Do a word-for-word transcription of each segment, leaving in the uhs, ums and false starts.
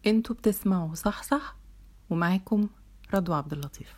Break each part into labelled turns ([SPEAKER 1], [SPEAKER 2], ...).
[SPEAKER 1] انتوا بتسمعوا صح صح ومعاكم رضوى عبد اللطيف.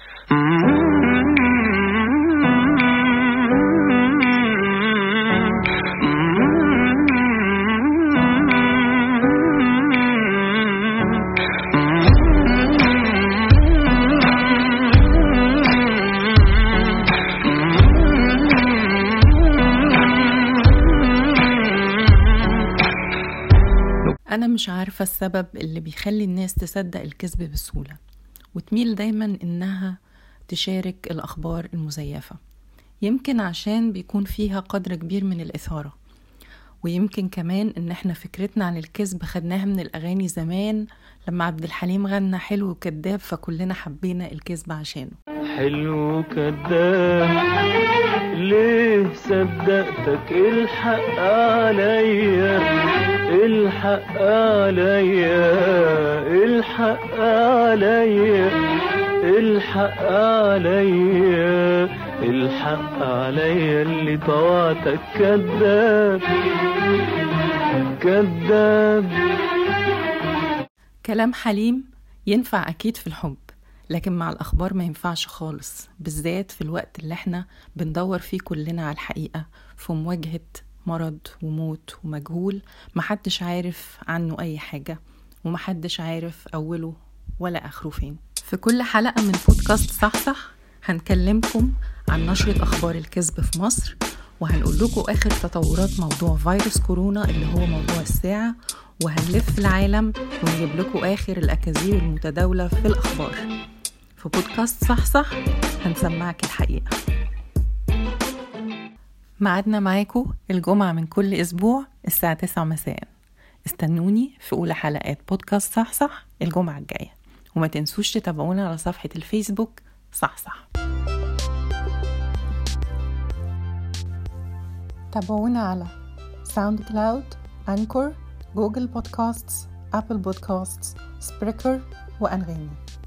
[SPEAKER 1] أنا مش عارفة السبب اللي بيخلي الناس تصدق الكذب بسهولة وتميل دايما إنها تشارك الأخبار المزيفة. يمكن عشان بيكون فيها قدر كبير من الإثارة، ويمكن كمان إن احنا فكرتنا عن الكذب خدناها من الأغاني زمان لما عبد الحليم غنى حلو وكذاب، فكلنا حبينا الكذب عشانه.
[SPEAKER 2] حلو وكذاب ليه صدقتك؟ الحق عليا الحق عليا الحق عليا الحق عليا الحق عليا اللي طوعتك كذاب كذاب.
[SPEAKER 1] كلام حليم ينفع أكيد في الحب، لكن مع الأخبار ما ينفعش خالص، بالذات في الوقت اللي احنا بندور فيه كلنا على الحقيقة في مواجهة مرض وموت ومجهول محدش عارف عنه أي حاجة، ومحدش عارف أوله ولا آخره فين. في كل حلقة من بودكاست صح صح هنكلمكم عن نشرة أخبار الكذب في مصر، وهنقول لكم آخر تطورات موضوع فيروس كورونا اللي هو موضوع الساعة، وهنلف العالم ونجيب لكم آخر الأكاذيب المتداولة في الأخبار. في بودكاست صح صح هنسمعك الحقيقة. معادنا معاكم الجمعة من كل أسبوع الساعة تسعة مساء. استنوني في أولى حلقات بودكاست صح صح الجمعة الجاية، وما تنسوش تتابعونا على صفحة الفيسبوك صح صح. تابعونا على ساوند كلاود، أنكور، جوجل بودكاستس، أبل بودكاستس، سبريكر وأنغامي.